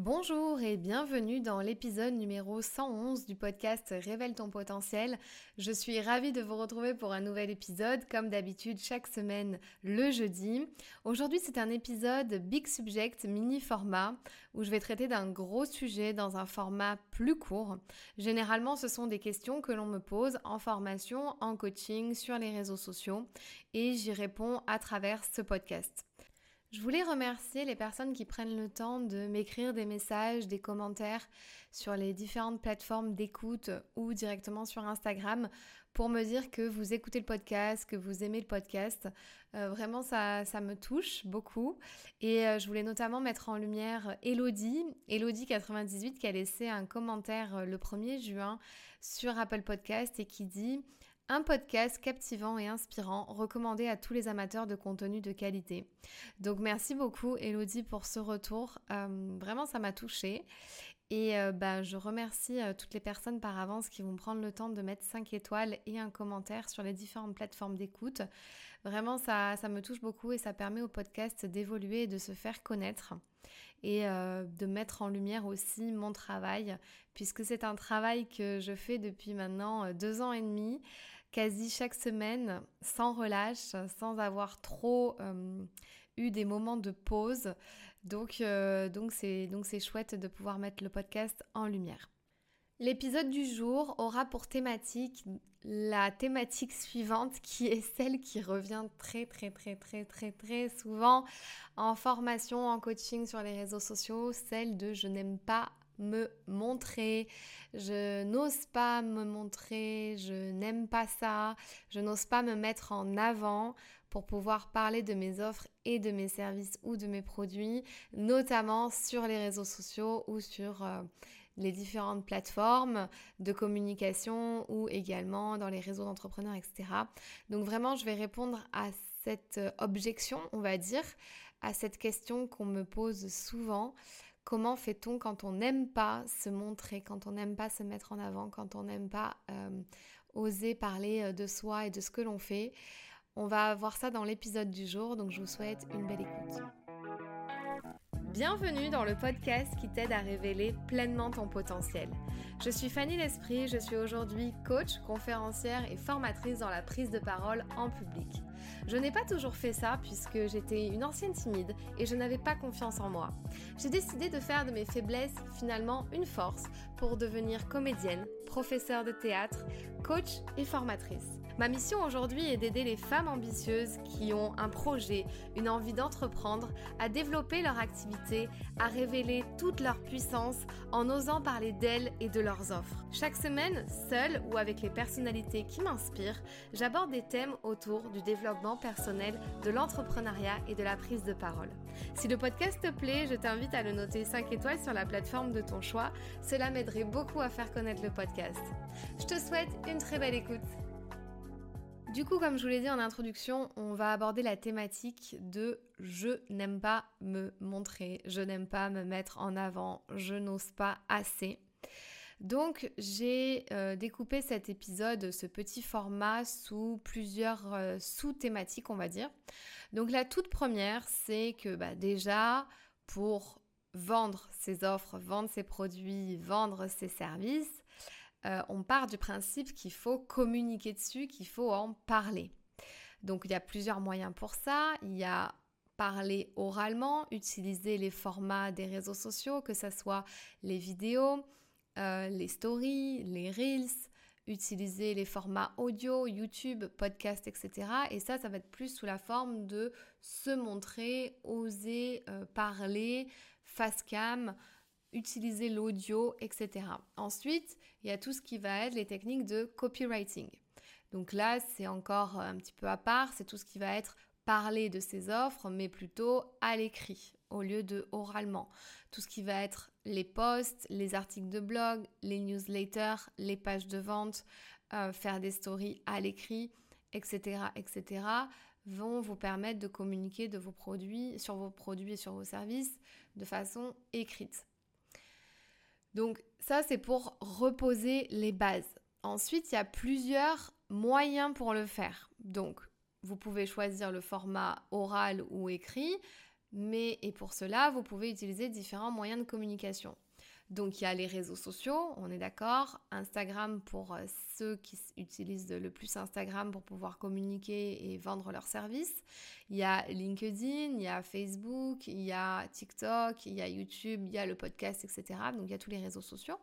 Bonjour et bienvenue dans l'épisode numéro 111 du podcast Révèle ton potentiel. Je suis ravie de vous retrouver pour un nouvel épisode, comme d'habitude chaque semaine le jeudi. Aujourd'hui c'est un épisode Big Subject mini format où je vais traiter d'un gros sujet dans un format plus court. Généralement ce sont des questions que l'on me pose en formation, en coaching, sur les réseaux sociaux et j'y réponds à travers ce podcast. Je voulais remercier les personnes qui prennent le temps de m'écrire des messages, des commentaires sur les différentes plateformes d'écoute ou directement sur Instagram pour me dire que vous écoutez le podcast, que vous aimez le podcast. Vraiment, ça me touche beaucoup. Et je voulais notamment mettre en lumière Elodie98 qui a laissé un commentaire le 1er juin sur Apple Podcast et qui dit « Un podcast captivant et inspirant, recommandé à tous les amateurs de contenu de qualité. » Donc merci beaucoup Elodie pour ce retour, vraiment ça m'a touchée. Et je remercie toutes les personnes par avance qui vont prendre le temps de mettre 5 étoiles et un commentaire sur les différentes plateformes d'écoute. Vraiment ça me touche beaucoup et ça permet au podcast d'évoluer et de se faire connaître. Et de mettre en lumière aussi mon travail, puisque c'est un travail que je fais depuis maintenant 2 ans et demi, quasi chaque semaine, sans relâche, sans avoir trop eu des moments de pause. Donc c'est chouette de pouvoir mettre le podcast en lumière. L'épisode du jour aura pour thématique la thématique suivante qui est celle qui revient très souvent en formation, en coaching sur les réseaux sociaux, celle de je n'aime pas me montrer, je n'ose pas me montrer, je n'aime pas ça, je n'ose pas me mettre en avant pour pouvoir parler de mes offres et de mes services ou de mes produits, notamment sur les réseaux sociaux ou sur les différentes plateformes de communication ou également dans les réseaux d'entrepreneurs, etc. Donc vraiment, je vais répondre à cette objection, on va dire, à cette question qu'on me pose souvent. Comment fait-on quand on n'aime pas se montrer, quand on n'aime pas se mettre en avant, quand on n'aime pas oser parler de soi et de ce que l'on fait? On va voir ça dans l'épisode du jour, donc je vous souhaite une belle écoute. Bienvenue dans le podcast qui t'aide à révéler pleinement ton potentiel. Je suis Fanny L'Esprit, je suis aujourd'hui coach, conférencière et formatrice dans la prise de parole en public. Je n'ai pas toujours fait ça puisque j'étais une ancienne timide et je n'avais pas confiance en moi. J'ai décidé de faire de mes faiblesses finalement une force pour devenir comédienne, professeure de théâtre, coach et formatrice. Ma mission aujourd'hui est d'aider les femmes ambitieuses qui ont un projet, une envie d'entreprendre, à développer leur activité, à révéler toute leur puissance en osant parler d'elles et de leurs offres. Chaque semaine, seule ou avec les personnalités qui m'inspirent, j'aborde des thèmes autour du développement personnel, de l'entrepreneuriat et de la prise de parole. Si le podcast te plaît, je t'invite à le noter 5 étoiles sur la plateforme de ton choix. Cela m'aiderait beaucoup à faire connaître le podcast. Je te souhaite une très belle écoute. Du coup, comme je vous l'ai dit en introduction, on va aborder la thématique de « je n'aime pas me montrer, je n'aime pas me mettre en avant, je n'ose pas assez ». Donc, j'ai découpé cet épisode, ce petit format, sous plusieurs sous-thématiques, on va dire. Donc, la toute première, c'est que déjà, pour vendre ses offres, vendre ses produits, vendre ses services, on part du principe qu'il faut communiquer dessus, qu'il faut en parler. Donc, il y a plusieurs moyens pour ça. Il y a parler oralement, utiliser les formats des réseaux sociaux, que ce soit les vidéos, les stories, les reels, utiliser les formats audio, YouTube, podcast, etc. Et ça va être plus sous la forme de se montrer, oser parler, face cam, utiliser l'audio, etc. Ensuite, il y a tout ce qui va être les techniques de copywriting. Donc là, c'est encore un petit peu à part, c'est tout ce qui va être parler de ses offres, mais plutôt à l'écrit, au lieu de oralement. Tout ce qui va être les posts, les articles de blog, les newsletters, les pages de vente, faire des stories à l'écrit, etc., vont vous permettre de communiquer sur vos produits et sur vos services de façon écrite. Donc ça, c'est pour reposer les bases. Ensuite, il y a plusieurs moyens pour le faire. Donc, vous pouvez choisir le format oral ou écrit, Et pour cela, vous pouvez utiliser différents moyens de communication. Donc, il y a les réseaux sociaux, on est d'accord. Instagram pour ceux qui utilisent le plus Instagram pour pouvoir communiquer et vendre leurs services. Il y a LinkedIn, il y a Facebook, il y a TikTok, il y a YouTube, il y a le podcast, etc. Donc, il y a tous les réseaux sociaux.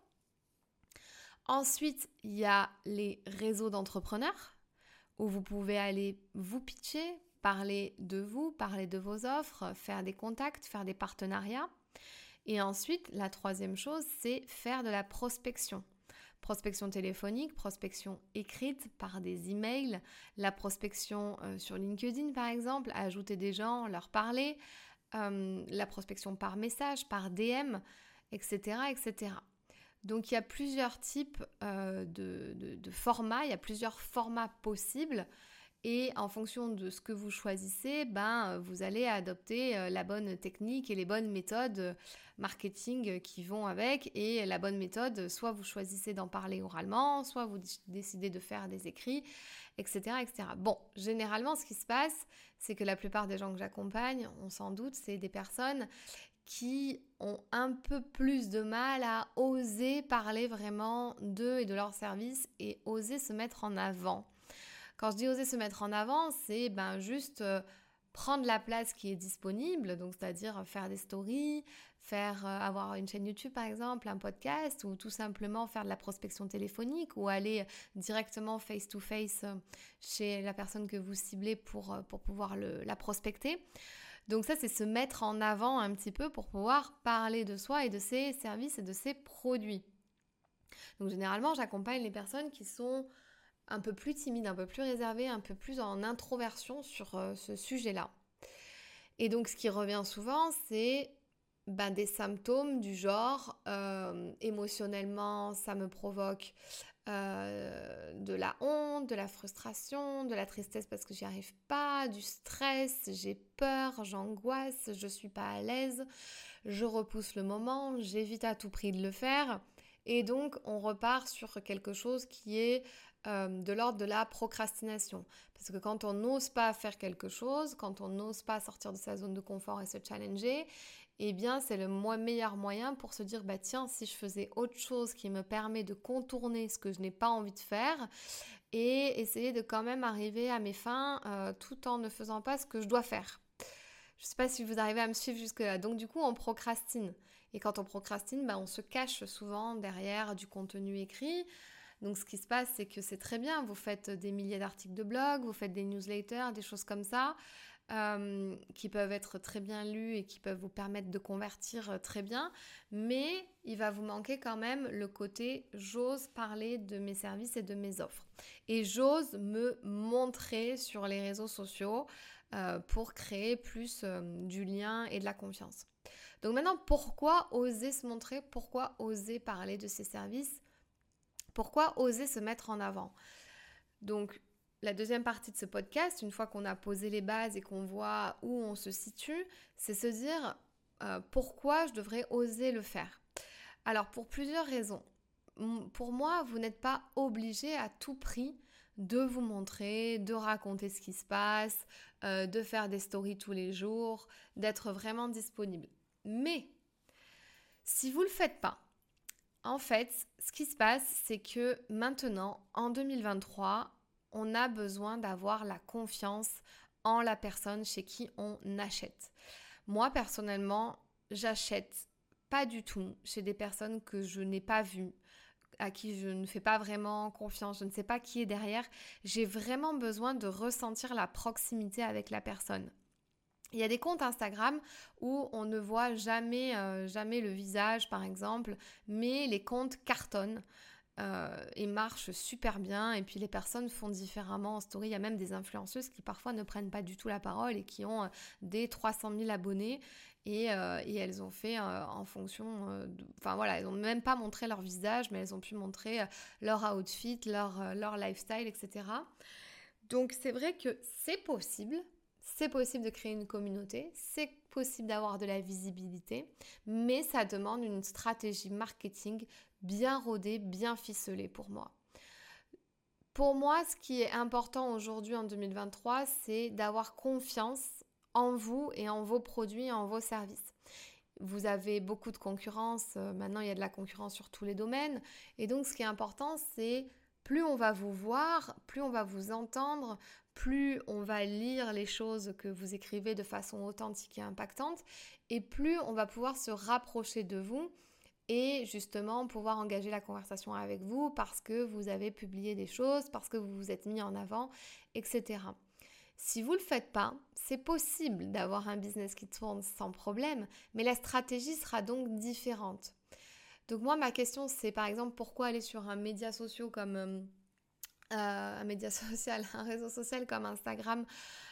Ensuite, il y a les réseaux d'entrepreneurs où vous pouvez aller vous pitcher, parler de vous, parler de vos offres, faire des contacts, faire des partenariats. Et ensuite, la troisième chose, c'est faire de la prospection. Prospection téléphonique, prospection écrite par des emails, la prospection sur LinkedIn par exemple, ajouter des gens, leur parler, la prospection par message, par DM, etc., etc. Donc il y a plusieurs types de formats, il y a plusieurs formats possibles. Et en fonction de ce que vous choisissez, vous allez adopter la bonne technique et les bonnes méthodes marketing qui vont avec. Et la bonne méthode, soit vous choisissez d'en parler oralement, soit vous décidez de faire des écrits, etc., etc. Bon, généralement, ce qui se passe, c'est que la plupart des gens que j'accompagne, on s'en doute, c'est des personnes qui ont un peu plus de mal à oser parler vraiment d'eux et de leurs services et oser se mettre en avant. Quand je dis oser se mettre en avant, c'est juste prendre la place qui est disponible, donc c'est-à-dire faire des stories, avoir une chaîne YouTube par exemple, un podcast, ou tout simplement faire de la prospection téléphonique ou aller directement face-to-face chez la personne que vous ciblez pour pouvoir la prospecter. Donc ça, c'est se mettre en avant un petit peu pour pouvoir parler de soi et de ses services et de ses produits. Donc généralement, j'accompagne les personnes qui sont un peu plus timide, un peu plus réservé, un peu plus en introversion sur ce sujet-là. Et donc, ce qui revient souvent, c'est des symptômes du genre émotionnellement, ça me provoque de la honte, de la frustration, de la tristesse parce que j'y arrive pas, du stress, j'ai peur, j'angoisse, je suis pas à l'aise, je repousse le moment, j'évite à tout prix de le faire. Et donc, on repart sur quelque chose qui est de l'ordre de la procrastination. Parce que quand on n'ose pas faire quelque chose, quand on n'ose pas sortir de sa zone de confort et se challenger, eh bien, c'est le meilleur moyen pour se dire, tiens, si je faisais autre chose qui me permet de contourner ce que je n'ai pas envie de faire et essayer de quand même arriver à mes fins tout en ne faisant pas ce que je dois faire. Je ne sais pas si vous arrivez à me suivre jusque-là. Donc, du coup, on procrastine. Et quand on procrastine, on se cache souvent derrière du contenu écrit. Donc, ce qui se passe, c'est que c'est très bien. Vous faites des milliers d'articles de blog, vous faites des newsletters, des choses comme ça, qui peuvent être très bien lus et qui peuvent vous permettre de convertir très bien. Mais il va vous manquer quand même le côté « j'ose parler de mes services et de mes offres ». Et j'ose me montrer sur les réseaux sociaux pour créer plus du lien et de la confiance. Donc maintenant, pourquoi oser se montrer? Pourquoi oser parler de ses services? Pourquoi oser se mettre en avant? Donc, la deuxième partie de ce podcast, une fois qu'on a posé les bases et qu'on voit où on se situe, c'est se dire pourquoi je devrais oser le faire. Alors, pour plusieurs raisons. Pour moi, vous n'êtes pas obligé à tout prix de vous montrer, de raconter ce qui se passe, de faire des stories tous les jours, d'être vraiment disponible. Mais, si vous ne le faites pas, en fait, ce qui se passe, c'est que maintenant, en 2023, on a besoin d'avoir la confiance en la personne chez qui on achète. Moi, personnellement, j'achète pas du tout chez des personnes que je n'ai pas vues, à qui je ne fais pas vraiment confiance, je ne sais pas qui est derrière. J'ai vraiment besoin de ressentir la proximité avec la personne. Il y a des comptes Instagram où on ne voit jamais le visage, par exemple, mais les comptes cartonnent et marchent super bien. Et puis les personnes font différemment en story. Il y a même des influenceuses qui parfois ne prennent pas du tout la parole et qui ont des 300 000 abonnés. Et elles ont fait en fonction... elles n'ont même pas montré leur visage, mais elles ont pu montrer leur outfit, leur lifestyle, etc. Donc c'est vrai que c'est possible. C'est possible de créer une communauté, c'est possible d'avoir de la visibilité, mais ça demande une stratégie marketing bien rodée, bien ficelée pour moi. Pour moi, ce qui est important aujourd'hui en 2023, c'est d'avoir confiance en vous et en vos produits, en vos services. Vous avez beaucoup de concurrence, maintenant il y a de la concurrence sur tous les domaines, et donc ce qui est important, c'est plus on va vous voir, plus on va vous entendre, plus on va lire les choses que vous écrivez de façon authentique et impactante, et plus on va pouvoir se rapprocher de vous et justement pouvoir engager la conversation avec vous parce que vous avez publié des choses, parce que vous vous êtes mis en avant, etc. Si vous ne le faites pas, c'est possible d'avoir un business qui tourne sans problème, mais la stratégie sera donc différente. Donc moi, ma question, c'est par exemple, pourquoi aller sur un média social comme un réseau social comme Instagram,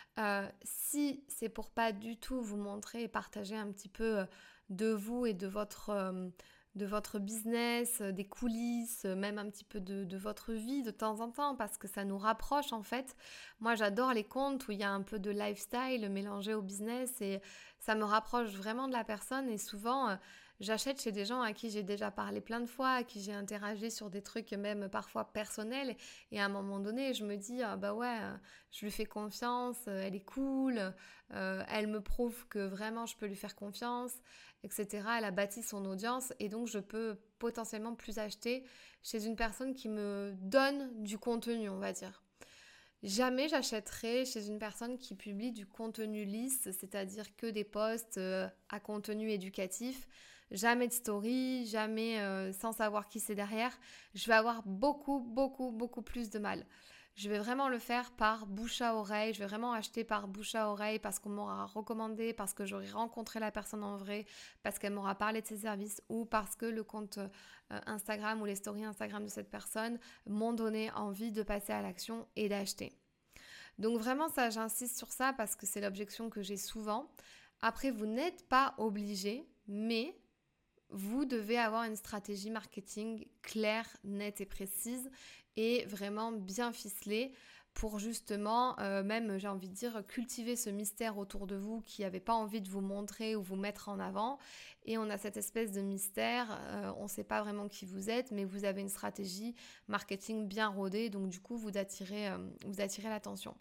si c'est pour pas du tout vous montrer et partager un petit peu de vous et de votre business, des coulisses, même un petit peu de votre vie de temps en temps, parce que ça nous rapproche en fait. Moi, j'adore les comptes où il y a un peu de lifestyle mélangé au business et ça me rapproche vraiment de la personne. Et souvent, j'achète chez des gens à qui j'ai déjà parlé plein de fois, à qui j'ai interagi sur des trucs même parfois personnels. Et à un moment donné, je me dis, ah bah ouais, je lui fais confiance, elle est cool, elle me prouve que vraiment je peux lui faire confiance, etc. Elle a bâti son audience et donc je peux potentiellement plus acheter chez une personne qui me donne du contenu, on va dire. Jamais j'achèterai chez une personne qui publie du contenu lisse, c'est-à-dire que des posts à contenu éducatif, jamais de story, jamais sans savoir qui c'est derrière. Je vais avoir beaucoup, beaucoup, beaucoup plus de mal. Je vais vraiment le faire par bouche à oreille, je vais vraiment acheter par bouche à oreille parce qu'on m'aura recommandé, parce que j'aurai rencontré la personne en vrai, parce qu'elle m'aura parlé de ses services ou parce que le compte Instagram ou les stories Instagram de cette personne m'ont donné envie de passer à l'action et d'acheter. Donc vraiment ça, j'insiste sur ça parce que c'est l'objection que j'ai souvent. Après, vous n'êtes pas obligé, mais vous devez avoir une stratégie marketing claire, nette et précise et vraiment bien ficelée pour justement, même j'ai envie de dire, cultiver ce mystère autour de vous qui n'avait pas envie de vous montrer ou vous mettre en avant. Et on a cette espèce de mystère, on ne sait pas vraiment qui vous êtes, mais vous avez une stratégie marketing bien rodée, donc du coup vous attirez l'attention.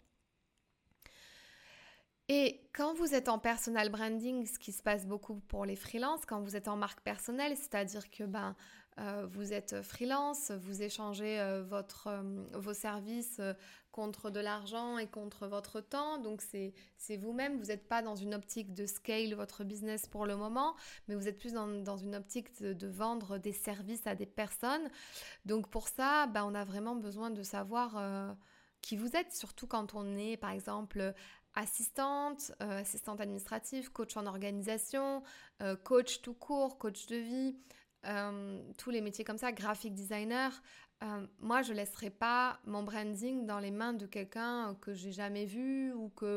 Et quand vous êtes en personal branding, ce qui se passe beaucoup pour les freelances, quand vous êtes en marque personnelle, c'est-à-dire que vous êtes freelance, vous échangez vos services contre de l'argent et contre votre temps, donc c'est vous-même, vous n'êtes pas dans une optique de scale votre business pour le moment, mais vous êtes plus dans une optique de vendre des services à des personnes. Donc pour ça, on a vraiment besoin de savoir qui vous êtes, surtout quand on est par exemple assistante administrative, coach en organisation, coach tout court, coach de vie, tous les métiers comme ça, graphic designer. Moi, je ne laisserai pas mon branding dans les mains de quelqu'un que j'ai jamais vu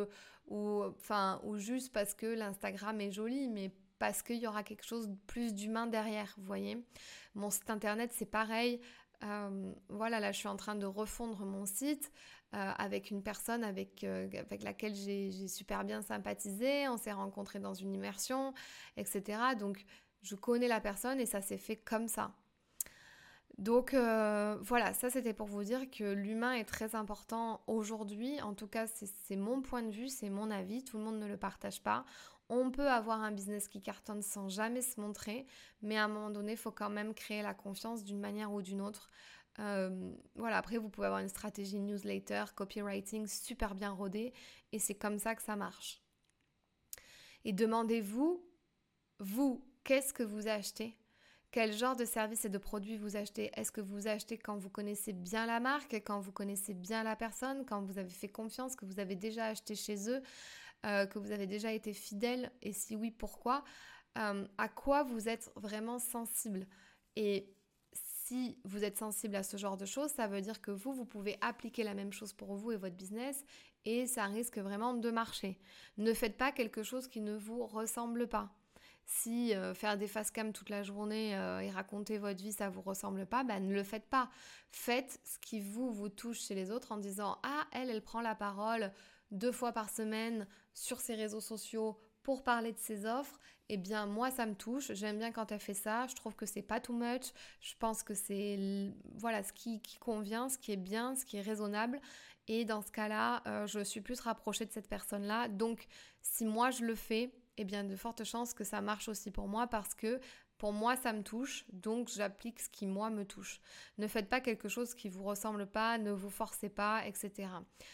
ou juste parce que l'Instagram est joli, mais parce qu'il y aura quelque chose de plus d'humain derrière, vous voyez. Mon site internet, c'est pareil. Voilà, là, je suis en train de refondre mon site avec une personne avec laquelle j'ai super bien sympathisé. On s'est rencontrés dans une immersion, etc. Donc, je connais la personne et ça s'est fait comme ça. Donc, voilà, ça, c'était pour vous dire que l'humain est très important aujourd'hui. En tout cas, c'est mon point de vue, c'est mon avis. Tout le monde ne le partage pas. On peut avoir un business qui cartonne sans jamais se montrer, mais à un moment donné, il faut quand même créer la confiance d'une manière ou d'une autre. Voilà, après, vous pouvez avoir une stratégie newsletter, copywriting super bien rodée, et c'est comme ça que ça marche. Et demandez-vous, vous, qu'est-ce que vous achetez ? Quel genre de services et de produits vous achetez ? Est-ce que vous achetez quand vous connaissez bien la marque, quand vous connaissez bien la personne, quand vous avez fait confiance, que vous avez déjà acheté chez eux, que vous avez déjà été fidèle ? Et si oui, pourquoi ? À quoi vous êtes vraiment sensible ? Et si vous êtes sensible à ce genre de choses, ça veut dire que vous pouvez appliquer la même chose pour vous et votre business et ça risque vraiment de marcher. Ne faites pas quelque chose qui ne vous ressemble pas. Si faire des face cam toute la journée et raconter votre vie, ça ne vous ressemble pas, ne le faites pas. Faites ce qui vous touche chez les autres en disant « Ah, elle prend la parole 2 fois par semaine sur ses réseaux sociaux pour parler de ses offres, eh bien moi ça me touche, j'aime bien quand elle fait ça, je trouve que c'est pas too much, je pense que c'est ce qui convient, ce qui est bien, ce qui est raisonnable, et dans ce cas-là, je suis plus rapprochée de cette personne-là. Donc si moi je le fais, eh bien de fortes chances que ça marche aussi pour moi, parce que pour moi, ça me touche, donc j'applique ce qui, moi, me touche. Ne faites pas quelque chose qui ne vous ressemble pas, ne vous forcez pas, etc.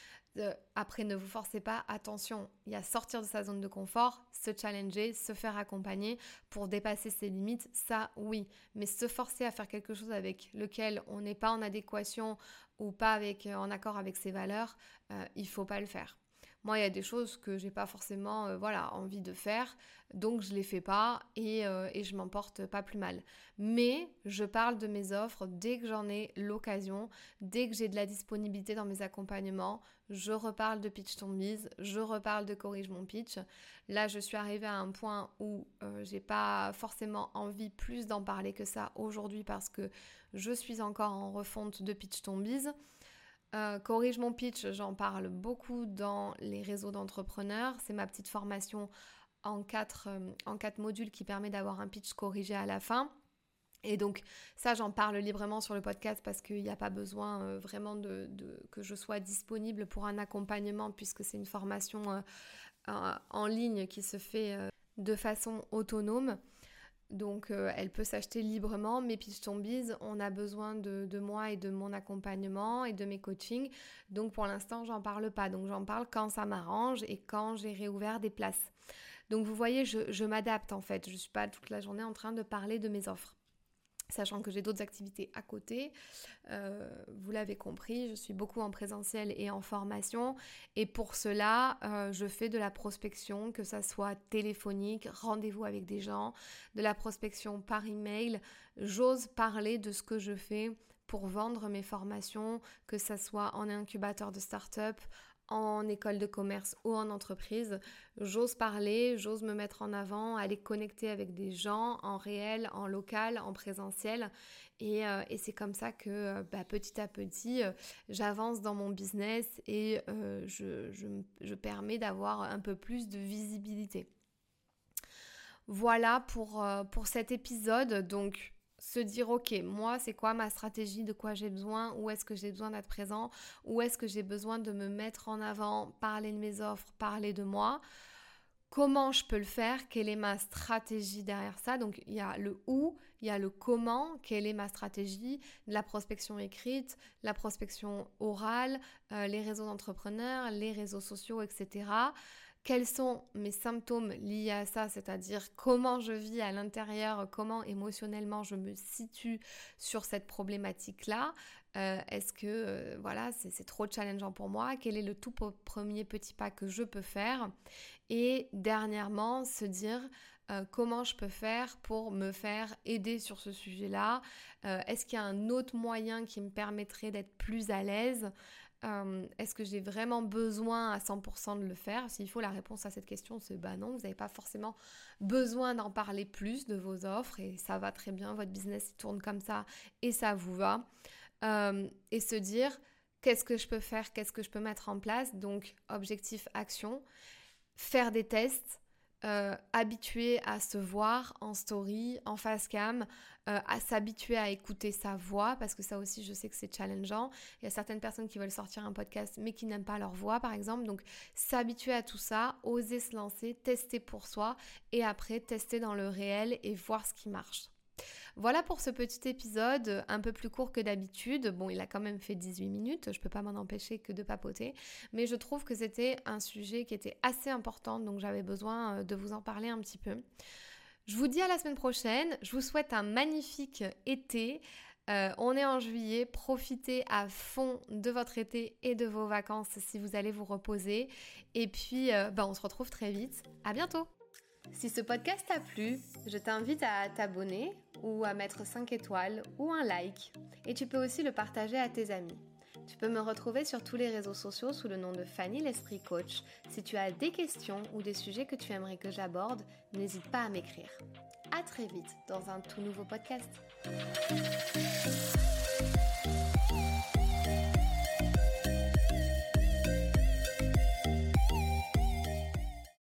Après, ne vous forcez pas, attention, il y a sortir de sa zone de confort, se challenger, se faire accompagner pour dépasser ses limites, ça oui. Mais se forcer à faire quelque chose avec lequel on n'est pas en adéquation ou pas en accord avec ses valeurs, il ne faut pas le faire. Moi, il y a des choses que j'ai pas forcément envie de faire, donc je les fais pas et je m'en porte pas plus mal. Mais je parle de mes offres dès que j'en ai l'occasion, dès que j'ai de la disponibilité dans mes accompagnements, je reparle de Pitch ton Biz, je reparle de Corrige mon pitch. Là, je suis arrivée à un point où j'ai pas forcément envie plus d'en parler que ça aujourd'hui, parce que je suis encore en refonte de Pitch ton Biz. Corrige mon pitch, j'en parle beaucoup dans les réseaux d'entrepreneurs. C'est ma petite formation en 4 modules qui permet d'avoir un pitch corrigé à la fin. Et donc ça, j'en parle librement sur le podcast, parce qu'il n'y a pas besoin vraiment que je sois disponible pour un accompagnement, puisque c'est une formation en ligne qui se fait de façon autonome. Donc elle peut s'acheter librement, mais Pitch ton Biz, on a besoin de moi et de mon accompagnement et de mes coachings. Donc pour l'instant, j'en parle pas. Donc j'en parle quand ça m'arrange et quand j'ai réouvert des places. Donc vous voyez, je m'adapte en fait. Je ne suis pas toute la journée en train de parler de mes offres, sachant que j'ai d'autres activités à côté. Vous l'avez compris, je suis beaucoup en présentiel et en formation, et pour cela, je fais de la prospection, que ça soit téléphonique, rendez-vous avec des gens, de la prospection par email. J'ose parler de ce que je fais pour vendre mes formations, que ça soit en incubateur de start-up, en école de commerce ou en entreprise. J'ose parler, j'ose me mettre en avant, aller connecter avec des gens en réel, en local, en présentiel. Et c'est comme ça que petit à petit, j'avance dans mon business et je permets d'avoir un peu plus de visibilité. Voilà pour cet épisode. Donc, se dire, ok, moi, c'est quoi ma stratégie, de quoi j'ai besoin, où est-ce que j'ai besoin d'être présent, où est-ce que j'ai besoin de me mettre en avant, parler de mes offres, parler de moi, comment je peux le faire, quelle est ma stratégie derrière ça. Donc, il y a le où, il y a le comment, quelle est ma stratégie, la prospection écrite, la prospection orale, les réseaux d'entrepreneurs, les réseaux sociaux, etc. Quels sont mes symptômes liés à ça, c'est-à-dire comment je vis à l'intérieur, comment émotionnellement je me situe sur cette problématique-là. Est-ce que c'est trop challengeant pour moi? Quel est le tout premier petit pas que je peux faire? Et dernièrement, se dire comment je peux faire pour me faire aider sur ce sujet-là? Est-ce qu'il y a un autre moyen qui me permettrait d'être plus à l'aise? Est-ce que j'ai vraiment besoin à 100% de le faire? S'il faut, la réponse à cette question, c'est non, vous n'avez pas forcément besoin d'en parler plus de vos offres, et ça va très bien, votre business il tourne comme ça et ça vous va. Et se dire, qu'est-ce que je peux faire, qu'est-ce que je peux mettre en place? Donc, objectif, action, faire des tests, habituer à se voir en story, en face cam, à s'habituer à écouter sa voix, parce que ça aussi je sais que c'est challengeant. Il y a certaines personnes qui veulent sortir un podcast mais qui n'aiment pas leur voix par exemple, donc s'habituer à tout ça, oser se lancer, tester pour soi et après tester dans le réel et voir ce qui marche. Voilà pour ce petit épisode, un peu plus court que d'habitude. Bon, il a quand même fait 18 minutes, je peux pas m'en empêcher que de papoter, mais je trouve que c'était un sujet qui était assez important, donc j'avais besoin de vous en parler un petit peu. Je vous dis à la semaine prochaine, je vous souhaite un magnifique été. On est en juillet, profitez à fond de votre été et de vos vacances si vous allez vous reposer. Et puis, on se retrouve très vite. À bientôt! Si ce podcast t'a plu, je t'invite à t'abonner ou à mettre 5 étoiles ou un like. Et tu peux aussi le partager à tes amis. Tu peux me retrouver sur tous les réseaux sociaux sous le nom de Fanny l'Esprit Coach. Si tu as des questions ou des sujets que tu aimerais que j'aborde, n'hésite pas à m'écrire. À très vite dans un tout nouveau podcast.